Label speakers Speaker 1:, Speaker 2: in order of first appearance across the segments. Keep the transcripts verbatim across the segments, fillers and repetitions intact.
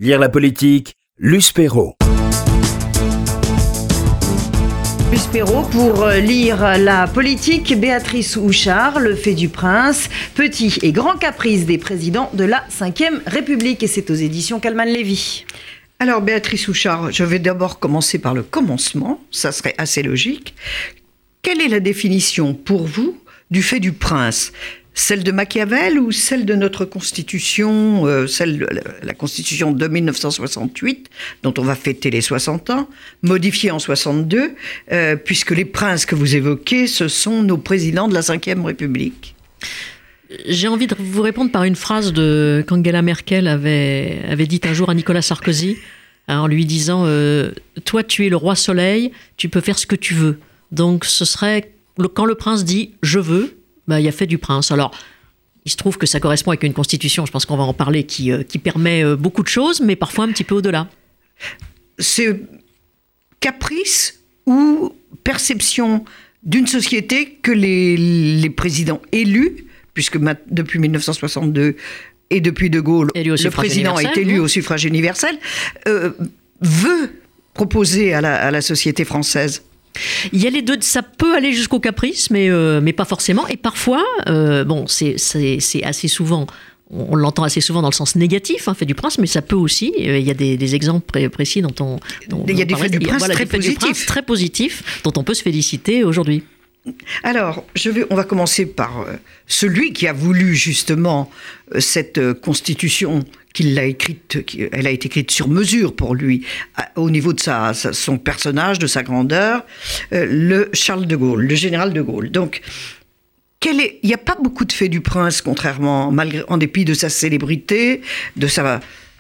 Speaker 1: Lire la politique, Luce Perrault.
Speaker 2: Luce Perrault pour lire la politique. Béatrice Houchard, Le fait du prince, petit et grand caprice des présidents de la cinquième République. Et c'est aux éditions Calman-Lévy.
Speaker 3: Alors Béatrice Houchard, je vais d'abord commencer par le commencement, ça serait assez logique. Quelle est la définition pour vous du fait du prince ? Celle de Machiavel ou celle de notre Constitution, euh, celle de la, la Constitution de mille neuf cent soixante-huit, dont on va fêter les soixante ans, modifiée en soixante-deux, euh, puisque les princes que vous évoquez, ce sont nos présidents de la cinquième République.
Speaker 4: J'ai envie de vous répondre par une phrase de, qu'Angela Merkel avait, avait dite un jour à Nicolas Sarkozy, en lui disant euh, « Toi, tu es le roi soleil, tu peux faire ce que tu veux ». Donc ce serait, quand le prince dit « je veux », bah, il y a fait du prince. Alors, il se trouve que ça correspond avec une constitution, je pense qu'on va en parler, qui, euh, qui permet euh, beaucoup de choses, mais parfois un petit peu au-delà.
Speaker 3: C'est caprice ou perception d'une société que les, les présidents élus, puisque depuis mille neuf cent soixante-deux et depuis De Gaulle, le président est élu au suffrage universel, euh, veut proposer à la, à la société française ?
Speaker 4: Il y a les deux, ça peut aller jusqu'au caprice, mais, euh, mais pas forcément. Et parfois, euh, bon, c'est, c'est, c'est assez souvent, on l'entend assez souvent dans le sens négatif, hein, fait du prince, mais ça peut aussi, euh, il y a des, des exemples pré- précis dont on... Dont
Speaker 3: il y a des faits du prince
Speaker 4: voilà,
Speaker 3: très
Speaker 4: positifs. Très positifs, dont on peut se féliciter aujourd'hui.
Speaker 3: Alors, je vais, on va commencer par euh, celui qui a voulu justement euh, cette euh, constitution, qu'il l'a écrite, qui, elle a été écrite sur mesure pour lui, à, au niveau de sa, sa, son personnage, de sa grandeur, euh, le Charles de Gaulle, le général de Gaulle. Donc, quel est, il n'y a pas beaucoup de faits du prince, contrairement, malgré, en dépit de sa célébrité, de sa...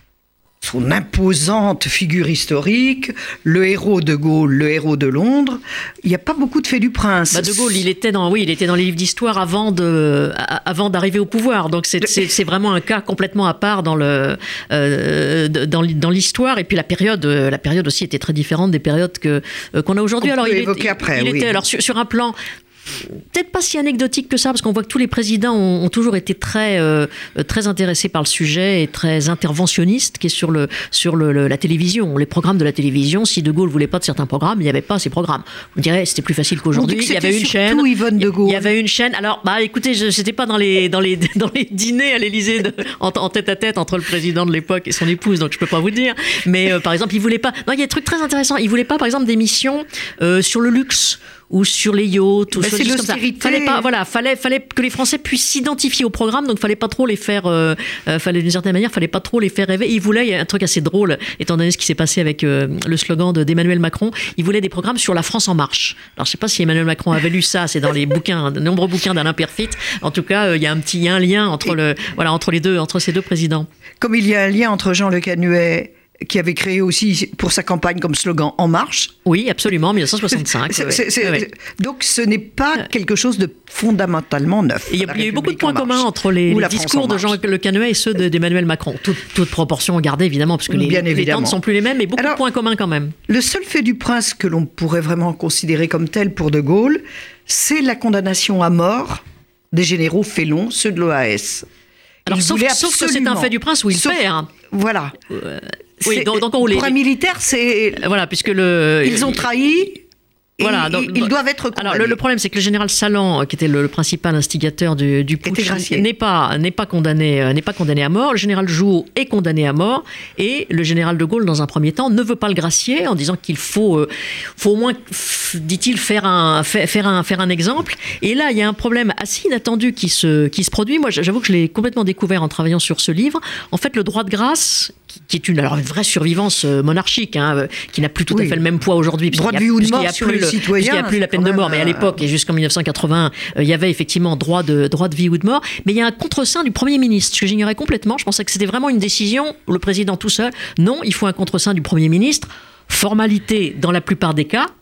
Speaker 3: son imposante figure historique, le héros de Gaulle, le héros de Londres. Il n'y a pas beaucoup de faits du prince.
Speaker 4: Bah de Gaulle, il était dans, oui, il était dans les livres d'histoire avant de, avant d'arriver au pouvoir. Donc c'est, c'est, c'est vraiment un cas complètement à part dans le, euh, dans, dans l'histoire. Et puis la période, la période aussi était très différente des périodes que qu'on a aujourd'hui.
Speaker 3: On
Speaker 4: alors
Speaker 3: peut
Speaker 4: il
Speaker 3: évoquer
Speaker 4: était,
Speaker 3: après,
Speaker 4: il
Speaker 3: oui.
Speaker 4: était alors sur, sur un plan. Peut-être pas si anecdotique que ça, parce qu'on voit que tous les présidents ont, ont toujours été très, euh, très intéressés par le sujet et très interventionnistes, qui est sur, le, sur le, le, la télévision, les programmes de la télévision. Si De Gaulle voulait pas de certains programmes, il n'y avait pas ces programmes. On dirait c'était plus facile qu'aujourd'hui. Il y avait une chaîne.
Speaker 3: Yvonne de Gaulle.
Speaker 4: Il y avait une chaîne. Alors, bah, écoutez, je n'étais pas dans les, dans, les, dans les dîners à l'Élysée de, en, en tête à tête entre le président de l'époque et son épouse, donc je peux pas vous dire. Mais euh, par exemple, il voulait pas. Non, il y a des trucs très intéressants. Il voulait pas, par exemple, d'émissions euh, sur le luxe ou sur les yachts, ou
Speaker 3: ben
Speaker 4: sur
Speaker 3: c'est
Speaker 4: des choses comme ça. Fallait pas, voilà, fallait, fallait que les Français puissent s'identifier au programme, donc fallait pas trop les faire, euh, euh, fallait d'une certaine manière, fallait pas trop les faire rêver. Et il voulait, il y a un truc assez drôle, étant donné ce qui s'est passé avec euh, le slogan de, d'Emmanuel Macron, il voulait des programmes sur la France en marche. Alors je sais pas si Emmanuel Macron avait lu ça, c'est dans les bouquins, de nombreux bouquins d'Alain Perfit. En tout cas, euh, il y a un petit, il y a un lien entre le, voilà, entre les deux, entre ces deux présidents.
Speaker 3: Comme il y a un lien entre Jean Le Canuet, qui avait créé aussi pour sa campagne comme slogan « En marche ».
Speaker 4: Oui, absolument, dix-neuf cent soixante-cinq.
Speaker 3: c'est,
Speaker 4: ouais,
Speaker 3: c'est, c'est,
Speaker 4: ouais.
Speaker 3: Donc ce n'est pas quelque chose de fondamentalement neuf.
Speaker 4: Il y a, il y a eu beaucoup de points communs entre les, les discours de Jean Le Canuet et ceux de, d'Emmanuel Macron. Toute, toute proportion gardée, évidemment, parce que les, les temps ne sont plus les mêmes, mais beaucoup Alors, de points communs quand même.
Speaker 3: Le seul fait du prince que l'on pourrait vraiment considérer comme tel pour De Gaulle, c'est la condamnation à mort des généraux félons, ceux de l'O A S.
Speaker 4: Alors, sauf, sauf que c'est un fait du prince où il sauf, perd.
Speaker 3: Voilà.
Speaker 4: Euh, Oui, donc, donc on les...
Speaker 3: Pour un militaire, c'est...
Speaker 4: Voilà, puisque le...
Speaker 3: Ils ont trahi...
Speaker 4: Voilà,
Speaker 3: ils,
Speaker 4: donc,
Speaker 3: ils doivent être condamnés.
Speaker 4: Alors le, le problème, c'est que le général Salan, qui était le, le principal instigateur du, du putsch, n'est pas n'est pas condamné euh, n'est pas condamné à mort. Le général Jouot est condamné à mort, et le général de Gaulle, dans un premier temps, ne veut pas le gracier en disant qu'il faut euh, faut au moins, dit-il, faire un faire un faire un exemple. Et là, il y a un problème assez inattendu qui se qui se produit. Moi, j'avoue que je l'ai complètement découvert en travaillant sur ce livre. En fait, le droit de grâce, qui est une, alors une vraie survivance monarchique, hein, qui n'a plus tout oui. à fait le même poids aujourd'hui.
Speaker 3: Droit de vie ou de mort sur le citoyen.
Speaker 4: Il n'y a plus la peine de mort, mais à l'époque, et jusqu'en dix-neuf cent quatre-vingts, euh, il y avait effectivement droit de, droit de vie ou de mort. Mais il y a un contre-seing du Premier ministre, ce que j'ignorais complètement. Je pensais que c'était vraiment une décision, le président tout seul. Non, il faut un contre-seing du Premier ministre. Formalité dans la plupart des cas,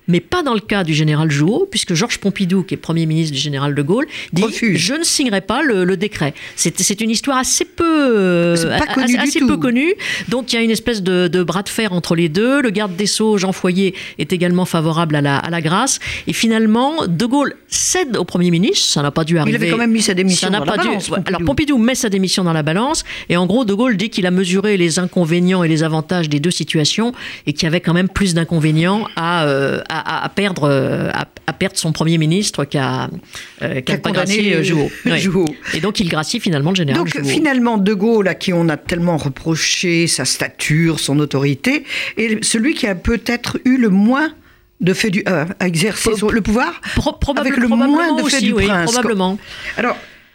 Speaker 4: mais pas dans le cas du général Jouhaud, puisque Georges Pompidou, qui est Premier ministre du général de Gaulle, dit Refuse. je ne signerai pas le, le décret. C'est, c'est une histoire assez peu, euh, assez, assez peu connue. Donc il y a une espèce de, de bras de fer entre les deux. Le garde des Sceaux, Jean Foyer, est également favorable à la, à la grâce. Et finalement, de Gaulle cède au Premier ministre. Ça n'a pas dû arriver.
Speaker 3: Il avait quand même mis sa démission dans la balance.
Speaker 4: Dû... Alors Pompidou met sa démission dans la balance. Et en gros, de Gaulle dit qu'il a mesuré les inconvénients et les avantages des deux situations et qu'il y avait quand même plus d'inconvénients à, euh, à, à, perdre, à, à perdre son Premier ministre qu'à, euh, qu'à pas gracier Jouhaud. Ouais. Et donc il gracie finalement le général
Speaker 3: Donc
Speaker 4: Jouhaud.
Speaker 3: Finalement, de Gaulle, à qui on a tellement reproché sa stature, son autorité, est celui qui a peut-être eu le moins de fait du, euh, à exercer Pro- le pouvoir
Speaker 4: pro-
Speaker 3: avec le moins de fait
Speaker 4: aussi,
Speaker 3: du
Speaker 4: oui,
Speaker 3: prince.
Speaker 4: Probablement.
Speaker 3: Alors,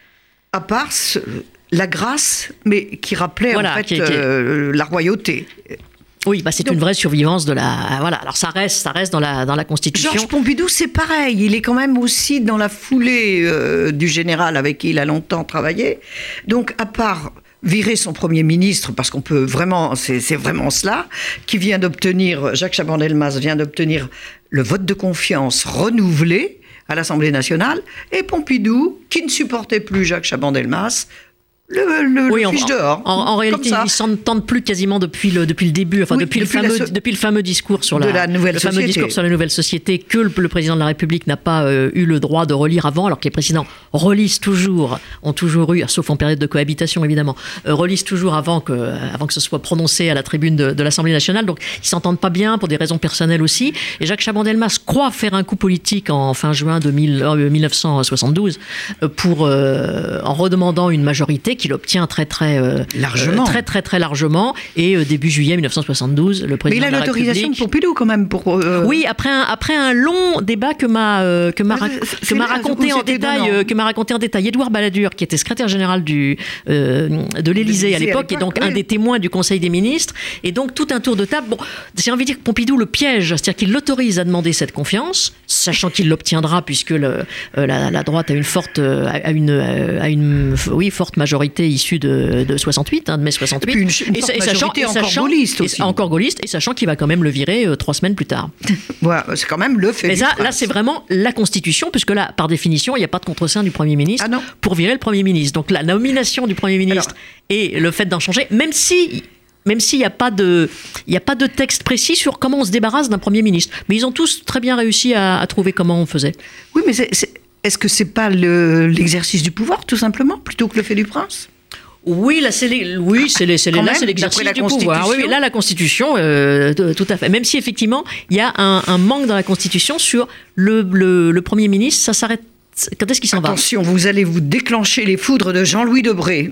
Speaker 3: à part ce, la grâce, mais qui rappelait
Speaker 4: voilà,
Speaker 3: en fait
Speaker 4: qui, qui...
Speaker 3: Euh, la royauté.
Speaker 4: Oui, bah c'est Donc, une vraie survivance de la... Voilà, alors ça reste, ça reste dans la, dans la Constitution.
Speaker 3: Georges Pompidou, c'est pareil. Il est quand même aussi dans la foulée euh, du général avec qui il a longtemps travaillé. Donc, à part virer son Premier ministre, parce qu'on peut vraiment... C'est, c'est vraiment cela, qui vient d'obtenir... Jacques Chaban-Delmas vient d'obtenir le vote de confiance renouvelé à l'Assemblée nationale, et Pompidou, qui ne supportait plus Jacques Chaban-Delmas, le, le,
Speaker 4: oui,
Speaker 3: le
Speaker 4: en,
Speaker 3: fiche dehors.
Speaker 4: En, en réalité, ils ne s'entendent plus quasiment depuis le, depuis le début, enfin oui, depuis, depuis, le fameux, so- depuis le fameux discours sur la,
Speaker 3: la nouvelle
Speaker 4: le
Speaker 3: société.
Speaker 4: fameux discours sur la nouvelle société que le, le président de la République n'a pas euh, eu le droit de relire avant, alors que les présidents relisent toujours, ont toujours eu, sauf en période de cohabitation évidemment, euh, relisent toujours avant que, avant que ce soit prononcé à la tribune de, de l'Assemblée nationale. Donc ils ne s'entendent pas bien pour des raisons personnelles aussi. Et Jacques Chaban-Delmas croit faire un coup politique en fin juin de mille, euh, dix-neuf cent soixante-douze euh, pour, euh, en redemandant une majorité qu'il obtient très très Très, euh,
Speaker 3: largement.
Speaker 4: Euh, très, très, très largement. Et euh, début juillet dix-neuf cent soixante-douze, le président
Speaker 3: Mais il a
Speaker 4: de la
Speaker 3: l'autorisation
Speaker 4: République...
Speaker 3: de Pompidou, quand même. Pour, euh...
Speaker 4: Oui, après un, après un long débat que m'a, euh, que m'a, rac- que m'a raconté en détail, euh, que m'a raconté en détail Édouard Balladur, qui était secrétaire général du, euh, de l'Élysée à l'époque, et donc oui. un des témoins du Conseil des ministres. Et donc, tout un tour de table. Bon, j'ai envie de dire que Pompidou le piège, c'est-à-dire qu'il l'autorise à demander cette confiance, sachant qu'il l'obtiendra, puisque le, euh, la, la droite a une forte, a une, a une oui, forte majorité issue de, de soixante-huit. De mai soixante-huit,
Speaker 3: et, une, une et, et sachant, et encore sachant, gaulliste aussi.
Speaker 4: Et, encore gaulliste, et sachant qu'il va quand même le virer euh, trois semaines plus tard.
Speaker 3: Ouais, c'est quand même le fait.
Speaker 4: Mais ça, là, c'est vraiment la Constitution, puisque là, par définition, il n'y a pas de contre-seing du Premier ministre
Speaker 3: ah
Speaker 4: pour virer le Premier ministre. Donc la nomination du Premier ministre Alors, et le fait d'en changer, même si... Même s'il n'y a pas de, il n'y a pas de texte précis sur comment on se débarrasse d'un Premier ministre. Mais ils ont tous très bien réussi à, à trouver comment on faisait.
Speaker 3: Oui, mais c'est, c'est, est-ce que c'est pas le, l'exercice du pouvoir, tout simplement, plutôt que le fait du prince ?
Speaker 4: Oui, là, c'est, les, oui, c'est, les, c'est, les, là, même, c'est l'exercice du pouvoir. Oui, mais là, la Constitution, euh, tout à fait. Même si, effectivement, il y a un, un manque dans la Constitution sur le, le, le Premier ministre, ça s'arrête. Quand est-ce qu'il s'en
Speaker 3: Attention,
Speaker 4: va ?
Speaker 3: Attention, vous allez vous déclencher les foudres de Jean-Louis Debré.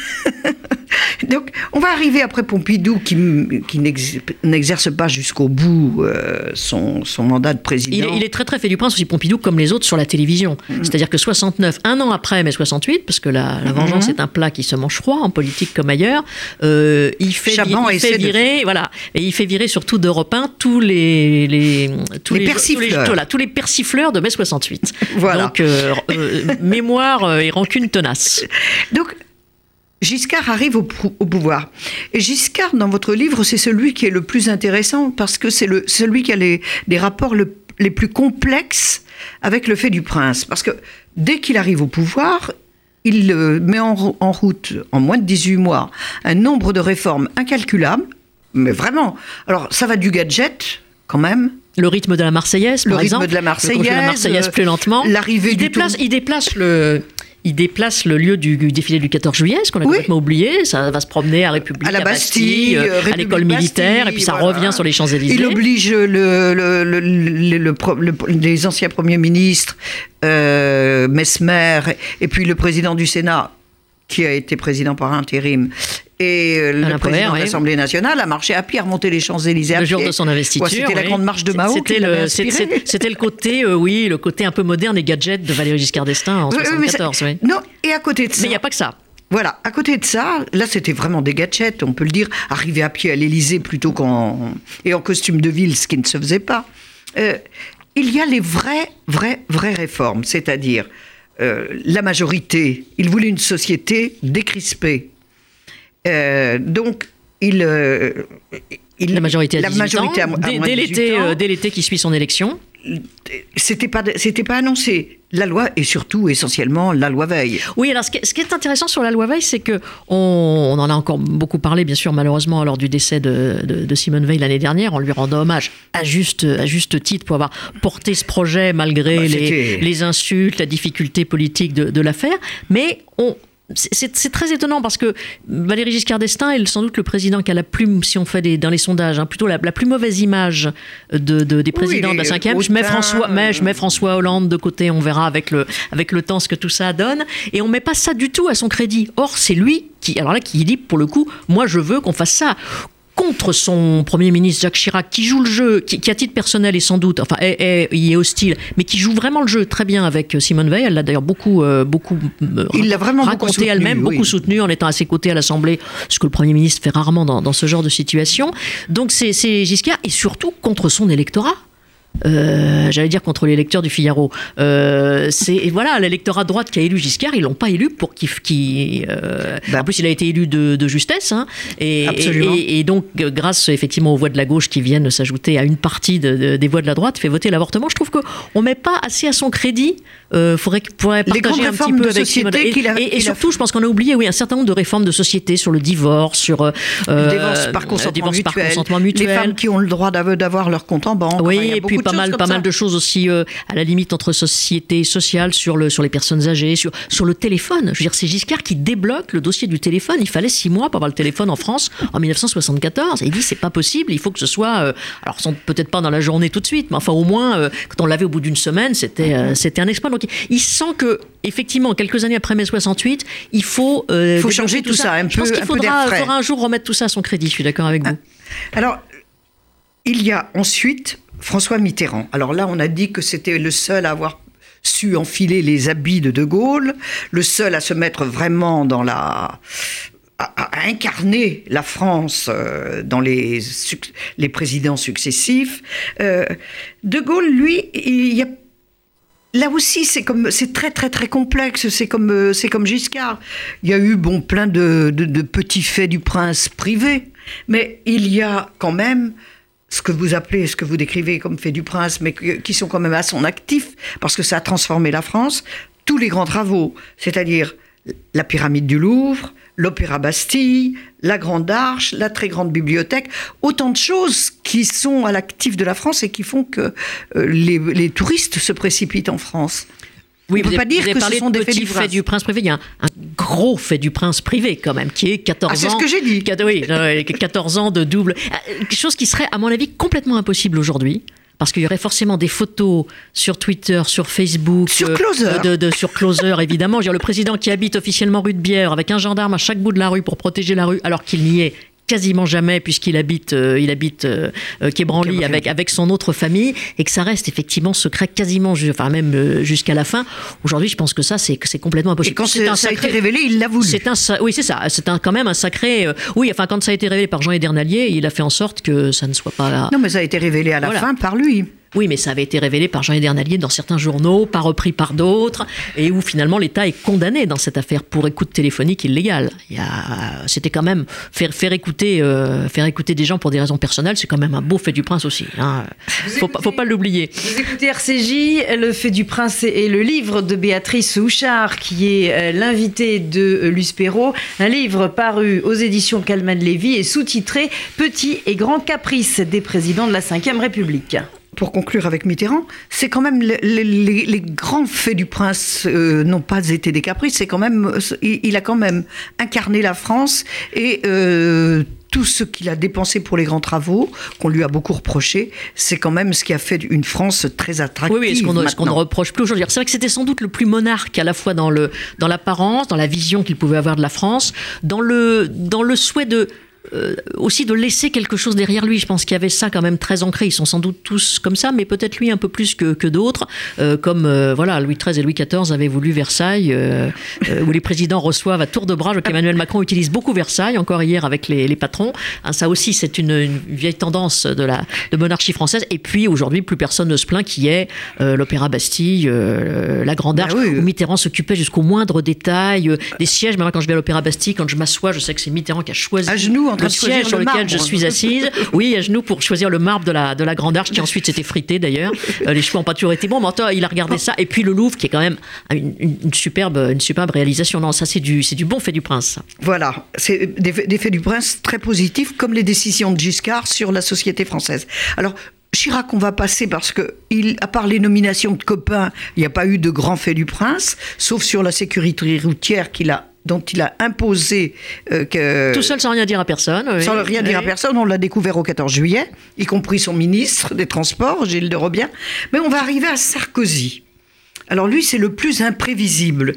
Speaker 3: Donc, on va arriver après Pompidou, qui, qui n'exerce pas jusqu'au bout euh, son, son mandat de président.
Speaker 4: Il est, il est très très fait du prince aussi, Pompidou, comme les autres sur la télévision. Mmh. C'est-à-dire que soixante-neuf, un an après mai soixante-huit, parce que la, la vengeance mmh. est un plat qui se mange froid en politique comme ailleurs, euh, il fait,
Speaker 3: Chaban
Speaker 4: il fait virer, de... voilà, et il fait virer surtout d'Europe un tous les les tous
Speaker 3: les,
Speaker 4: les
Speaker 3: persifleurs,
Speaker 4: tous les, voilà, tous les persifleurs de mai soixante-huit.
Speaker 3: Voilà.
Speaker 4: Donc euh, euh, mémoire et rancune tenace.
Speaker 3: Donc Giscard arrive au, au pouvoir. Et Giscard, dans votre livre, c'est celui qui est le plus intéressant parce que c'est le, celui qui a les, les rapports le, les plus complexes avec le fait du prince. Parce que dès qu'il arrive au pouvoir, il euh, met en, en route, en moins de dix-huit mois, un nombre de réformes incalculables, mais vraiment. Alors, ça va du gadget, quand même.
Speaker 4: Le rythme de la Marseillaise, par
Speaker 3: le
Speaker 4: exemple.
Speaker 3: Le rythme de la Marseillaise.
Speaker 4: Le la Marseillaise plus lentement.
Speaker 3: L'arrivée
Speaker 4: il
Speaker 3: du
Speaker 4: déplace,
Speaker 3: tour...
Speaker 4: il déplace le... Il déplace le lieu du défilé du quatorze juillet, ce qu'on a oui. complètement oublié. Ça va se promener à République,
Speaker 3: à la
Speaker 4: à
Speaker 3: Bastille,
Speaker 4: Bastille euh, à l'école militaire,
Speaker 3: Bastille,
Speaker 4: et puis ça
Speaker 3: voilà.
Speaker 4: revient sur les Champs-Élysées.
Speaker 3: Il oblige le, le, le, le, le, le, le, les anciens premiers ministres, euh, Mesmer, et puis le président du Sénat, qui a été président par intérim, et le
Speaker 4: Alain
Speaker 3: président
Speaker 4: Poher,
Speaker 3: de l'Assemblée
Speaker 4: oui.
Speaker 3: nationale a marché à pied, à remonter les Champs-Élysées à
Speaker 4: le
Speaker 3: pied.
Speaker 4: jour de son investiture.
Speaker 3: Ouais, c'était
Speaker 4: oui.
Speaker 3: la grande marche de Mao
Speaker 4: c'était
Speaker 3: qui
Speaker 4: le,
Speaker 3: l'avait inspiré.
Speaker 4: C'était, c'était le côté, euh, oui, le côté un peu moderne et gadget de Valéry Giscard d'Estaing en
Speaker 3: oui,
Speaker 4: soixante-quatorze.
Speaker 3: Oui,
Speaker 4: oui.
Speaker 3: Non, et à côté de ça...
Speaker 4: Mais il n'y a pas que ça.
Speaker 3: Voilà, à côté de ça, là c'était vraiment des gadgets, on peut le dire, arriver à pied à l'Élysée plutôt qu'en... et en costume de ville, ce qui ne se faisait pas. Euh, il y a les vraies, vraies, vraies réformes, c'est-à-dire euh, la majorité. Il voulait une société décrispée. Euh, donc, il, euh, il...
Speaker 4: La majorité à
Speaker 3: la
Speaker 4: dix-huit
Speaker 3: majorité
Speaker 4: ans,
Speaker 3: à, à
Speaker 4: dès,
Speaker 3: moins
Speaker 4: dès,
Speaker 3: de
Speaker 4: l'été,
Speaker 3: ans.
Speaker 4: euh, dès l'été qui suit son élection.
Speaker 3: c'était pas, c'était pas annoncé. La loi et surtout, essentiellement, la loi Veil.
Speaker 4: Oui, alors ce qui, ce qui est intéressant sur la loi Veil, c'est qu'on on en a encore beaucoup parlé, bien sûr, malheureusement, lors du décès de, de, de Simone Veil l'année dernière. On lui rendait hommage à juste, à juste titre pour avoir porté ce projet malgré bah, les, les insultes, la difficulté politique de, de l'affaire. Mais on... C'est, c'est très étonnant parce que Valéry Giscard d'Estaing est sans doute le président qui a la plus, si on fait des, dans les sondages, hein, plutôt la, la plus mauvaise image de, de, des présidents oui, de la cinquième. Je mets, François, mais je mets François Hollande de côté, on verra avec le, avec le temps ce que tout ça donne. Et on ne met pas ça du tout à son crédit. Or, c'est lui qui, alors là, qui dit pour le coup, moi je veux qu'on fasse ça. Contre son Premier ministre Jacques Chirac, qui joue le jeu, qui, qui à titre personnel est sans doute, enfin, est, est, il est hostile, mais qui joue vraiment le jeu très bien avec Simone Veil. Elle l'a d'ailleurs beaucoup, euh, beaucoup
Speaker 3: il l'a vraiment
Speaker 4: raconté
Speaker 3: beaucoup soutenu,
Speaker 4: elle-même,
Speaker 3: oui.
Speaker 4: beaucoup soutenu en étant à ses côtés à l'Assemblée, ce que le Premier ministre fait rarement dans, dans ce genre de situation. Donc c'est, c'est Giscard, et surtout contre son électorat. Euh, j'allais dire contre l'électeur du Figaro. Euh, c'est voilà, l'électorat de droite qui a élu Giscard, ils l'ont pas élu pour qu'il. qu'il euh, bah, en plus, il a été élu de, de justesse, hein, et, et, et donc grâce effectivement aux voix de la gauche qui viennent s'ajouter à une partie de, de, des voix de la droite, fait voter l'avortement. Je trouve que on met pas assez à son crédit. Euh, faudrait pourrait partager un petit peu avec Simone. Et,
Speaker 3: qu'il a,
Speaker 4: et, et
Speaker 3: qu'il
Speaker 4: surtout,
Speaker 3: a...
Speaker 4: je pense qu'on a oublié, oui, un certain nombre de réformes de société sur le divorce, sur euh,
Speaker 3: le divorce par consentement,
Speaker 4: divorce
Speaker 3: mutuel,
Speaker 4: par consentement mutuel,
Speaker 3: les femmes qui ont le droit d'avoir leur compte en banque.
Speaker 4: Oui,
Speaker 3: enfin,
Speaker 4: et puis pas mal, pas mal de choses aussi euh, à la limite entre société et sociale sur le sur les personnes âgées, sur sur le téléphone. Je veux dire, c'est Giscard qui débloque le dossier du téléphone. Il fallait six mois pour avoir le téléphone en France en dix-neuf cent soixante-quatorze. Et il dit c'est pas possible. Il faut que ce soit euh, alors peut-être pas dans la journée tout de suite, mais enfin au moins euh, quand on l'avait au bout d'une semaine, c'était euh, c'était un exploit. Donc il sent que effectivement quelques années après mai soixante-huit, il faut euh,
Speaker 3: il faut changer tout ça. ça un
Speaker 4: je peu, pense qu'il faudra, faudra un jour remettre tout ça à son crédit. Je suis d'accord avec vous.
Speaker 3: Alors il y a ensuite François Mitterrand. Alors là, on a dit que c'était le seul à avoir su enfiler les habits de De Gaulle, le seul à se mettre vraiment dans la... à, à incarner la France euh, dans les, les présidents successifs. Euh, De Gaulle, lui, il y a... Là aussi, c'est comme, c'est très très très complexe. C'est comme, c'est comme Giscard. Il y a eu bon plein de, de, de petits faits du prince privés, mais il y a quand même ce que vous appelez, ce que vous décrivez comme fait du prince, mais qui sont quand même à son actif, parce que ça a transformé la France, tous les grands travaux, c'est-à-dire la pyramide du Louvre, l'Opéra Bastille, la Grande Arche, la très grande bibliothèque, autant de choses qui sont à l'actif de la France et qui font que euh, les, les touristes se précipitent en France.
Speaker 4: Oui,
Speaker 3: on ne peut pas dire que ce sont des faits du,
Speaker 4: fait du prince privé. Il y a un, un gros fait du prince privé, quand même, qui est quatorze
Speaker 3: ah,
Speaker 4: ans.
Speaker 3: C'est ce que j'ai dit.
Speaker 4: Oui, quatorze ans de double. Quelque chose qui serait, à mon avis, complètement impossible aujourd'hui. Parce qu'il y aurait forcément des photos sur Twitter, sur Facebook,
Speaker 3: sur Closer,
Speaker 4: euh, de, de, sur Closer évidemment. Je veux dire, le président qui habite officiellement rue de Bière, avec un gendarme à chaque bout de la rue pour protéger la rue, alors qu'il n'y est quasiment jamais, puisqu'il habite, euh, il habite euh, Quai Branly avec, avec son autre famille, et que ça reste effectivement secret quasiment, enfin même euh, jusqu'à la fin. Aujourd'hui, je pense que ça, c'est, c'est complètement impossible.
Speaker 3: Et quand
Speaker 4: c'est
Speaker 3: c'est,
Speaker 4: un
Speaker 3: ça
Speaker 4: sacré,
Speaker 3: a été révélé, il l'a voulu.
Speaker 4: C'est un, oui, c'est ça. C'est un, quand même un sacré... Euh, oui, enfin, quand ça a été révélé par Jean Edernalier, il a fait en sorte que ça ne soit pas...
Speaker 3: Non, mais ça a été révélé à la voilà. fin par lui.
Speaker 4: Oui, mais ça avait été révélé par Jean Edernalier dans certains journaux, pas repris par d'autres, et où finalement l'État est condamné dans cette affaire pour écoute téléphonique illégale. Il y a, c'était quand même faire, faire écouter, euh, faire écouter des gens pour des raisons personnelles, c'est quand même un beau fait du prince aussi. Hein. Faut, écoutez, pas, faut pas l'oublier.
Speaker 2: Vous écoutez R C J, le fait du prince et le livre de Béatrice Houchard, qui est l'invitée de Luce Perrault, un livre paru aux éditions Calman Lévy et sous-titré Petit et grand caprice des présidents de la cinquième République.
Speaker 3: Pour conclure avec Mitterrand, c'est quand même les, les, les grands faits du prince euh, n'ont pas été des caprices. C'est quand même, il, il a quand même incarné la France et euh, tout ce qu'il a dépensé pour les grands travaux, qu'on lui a beaucoup reproché, c'est quand même ce qui a fait une France très attractive.
Speaker 4: Oui, oui, ce qu'on, ce qu'on ne reproche plus aujourd'hui. C'est vrai que c'était sans doute le plus monarque à la fois dans le dans l'apparence, dans la vision qu'il pouvait avoir de la France, dans le dans le souhait de Euh, aussi de laisser quelque chose derrière lui. Je pense qu'il y avait ça quand même très ancré. Ils sont sans doute tous comme ça, mais peut-être lui un peu plus que, que d'autres. Euh, comme euh, voilà, Louis treize et Louis quatorze avaient voulu Versailles, euh, euh, où les présidents reçoivent à tour de bras. Je vois qu'Emmanuel Macron utilise beaucoup Versailles, encore hier avec les, les patrons. Hein, ça aussi, c'est une, une vieille tendance de la de monarchie française. Et puis aujourd'hui, plus personne ne se plaint, qui est euh, l'Opéra Bastille, euh, la Grande Arche, bah oui, où Mitterrand s'occupait jusqu'au moindre détail euh, des sièges. Même quand je vais à l'Opéra Bastille, quand je m'assois, je sais que c'est Mitterrand qui a choisi.
Speaker 3: À genoux, en train
Speaker 4: le
Speaker 3: de choisir
Speaker 4: siège
Speaker 3: le
Speaker 4: sur lequel
Speaker 3: marbre.
Speaker 4: je suis assise. Oui, à genoux pour choisir le marbre de la, de la Grande Arche, qui ensuite s'était frité d'ailleurs. Euh, les cheveux n'ont pas toujours été bons, mais en tout cas, il a regardé ça. Et puis le Louvre, qui est quand même une, une, une, superbe, une superbe réalisation. Non, ça, c'est du, c'est du bon fait du prince.
Speaker 3: Voilà, c'est des, des faits du prince très positifs, comme les décisions de Giscard sur la société française. Alors, Chirac, on va passer parce que, il, à part les nominations de copains, il n'y a pas eu de grands faits du prince, sauf sur la sécurité routière qu'il a, dont il a imposé euh, que...
Speaker 4: Tout seul sans rien dire à personne. Oui.
Speaker 3: Sans rien dire oui. à personne, on l'a découvert au quatorze juillet, y compris son ministre des Transports, Gilles de Robien. Mais on va arriver à Sarkozy. Alors lui, c'est le plus imprévisible.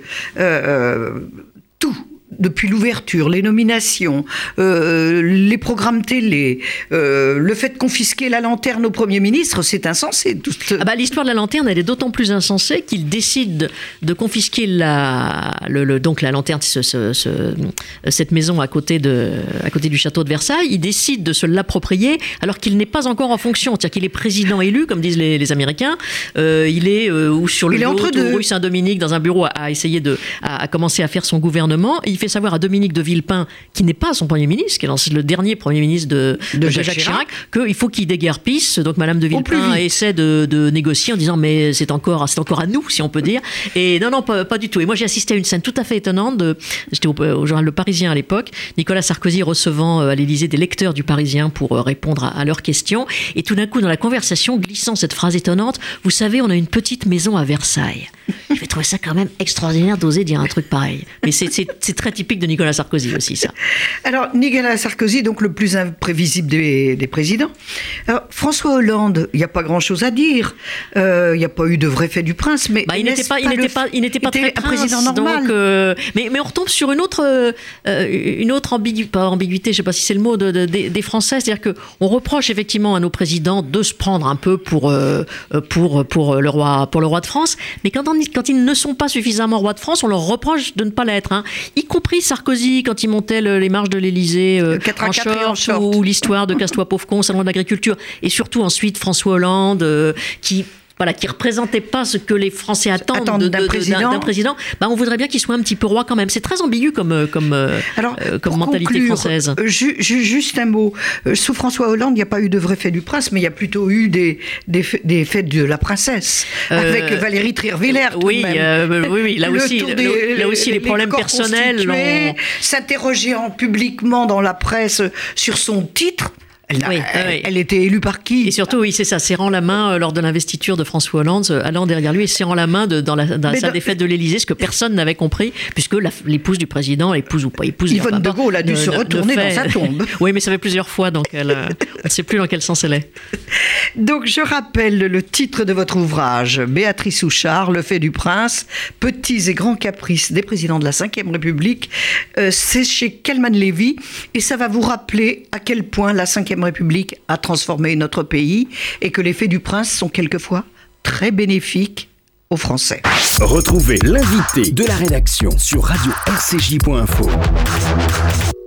Speaker 3: Euh, tout. Depuis l'ouverture, les nominations, euh, les programmes télé, euh, le fait de confisquer la lanterne au Premier ministre, c'est insensé. Tout ce...
Speaker 4: ah bah, l'histoire de la lanterne, elle est d'autant plus insensée qu'il décide de confisquer la, le, le, donc la lanterne, ce, ce, ce, cette maison à côté, de, à côté du château de Versailles. Il décide de se l'approprier alors qu'il n'est pas encore en fonction. C'est-à-dire qu'il est président élu, comme disent les, les Américains. Euh, il est euh, ou sur le yacht, ou rue Saint-Dominique, dans un bureau, à, à essayer de à, à commencer à faire son gouvernement. Et il fait savoir à Dominique de Villepin, qui n'est pas son Premier ministre, qui est le dernier Premier ministre de,
Speaker 3: de,
Speaker 4: de
Speaker 3: Jacques,
Speaker 4: Jacques
Speaker 3: Chirac,
Speaker 4: Chirac, qu'il faut qu'il déguerpisse. Donc Madame de Villepin essaie de, de négocier en disant mais c'est encore, c'est encore à nous, si on peut dire. Et non, non, pas, pas du tout. Et moi j'ai assisté à une scène tout à fait étonnante. De, j'étais au, au journal Le Parisien à l'époque, Nicolas Sarkozy recevant à l'Élysée des lecteurs du Parisien pour répondre à, à leurs questions. Et tout d'un coup, dans la conversation, glissant cette phrase étonnante, vous savez, on a une petite maison à Versailles. Je vais trouver ça quand même extraordinaire d'oser dire un truc pareil. Mais c'est, c'est, c'est très typique de Nicolas Sarkozy aussi, ça.
Speaker 3: Alors, Nicolas Sarkozy, donc le plus imprévisible des, des présidents. Alors, François Hollande, il n'y a pas grand-chose à dire. Il euh, n'y a pas eu de vrai fait du prince, mais
Speaker 4: bah, il n'était pas, il n'était pas, il n'était pas très prince,
Speaker 3: président normal.
Speaker 4: Donc, euh, mais, mais on retombe sur une autre, euh, une autre ambigu, pas ambiguïté, je ne sais pas si c'est le mot, de, de, de, des Français. C'est-à-dire qu'on reproche effectivement à nos présidents de se prendre un peu pour, euh, pour, pour, le, roi, pour le roi de France, mais quand, on, quand ils ne sont pas suffisamment roi de France, on leur reproche de ne pas l'être. Hein. Y compris Sarkozy, quand il montait le, les marches de l'Élysée euh, en, short, en short, ou l'histoire de Casse-toi pauvre con, salon de l'agriculture, et surtout ensuite François Hollande, euh, qui... Voilà, qui ne représentait pas ce que les Français attendent, attendent de, de, d'un, président. D'un, d'un président, bah on voudrait bien qu'il soit un petit peu roi quand même. C'est très ambigu comme, comme, Alors, euh, comme mentalité
Speaker 3: conclure,
Speaker 4: française.
Speaker 3: Ju, ju, juste un mot. Sous François Hollande, il n'y a pas eu de vrai fait du prince, mais il y a plutôt eu des, des, des faits de la princesse, euh, avec Valérie Trierweiler.
Speaker 4: Oui, euh, oui, oui, là aussi, des, là aussi les, les problèmes les personnels.
Speaker 3: Ont... S'interroger en, publiquement dans la presse sur son titre. Elle, oui, elle, oui. elle était élue par qui?
Speaker 4: Et surtout, oui, c'est ça, serrant la main euh, lors de l'investiture de François Hollande, euh, allant derrière lui et serrant la main de, dans la, dans la salle dans... des fêtes de l'Élysée, ce que personne n'avait compris, puisque la, l'épouse du président, l'épouse ou pas épouse...
Speaker 3: Yvonne de Gaulle a dû ne, se retourner fait... dans sa tombe.
Speaker 4: Oui, mais ça fait plusieurs fois, donc elle, euh, on ne sait plus dans quel sens elle est.
Speaker 3: Donc, je rappelle le titre de votre ouvrage, Béatrice Houchard, Le fait du prince, petits et grands caprices des présidents de la cinquième République. Euh, c'est chez Calman Lévy, et ça va vous rappeler à quel point la cinquième République a transformé notre pays et que les faits du prince sont quelquefois très bénéfiques aux Français.
Speaker 1: Retrouvez l'invité de la rédaction sur radio r c j point info.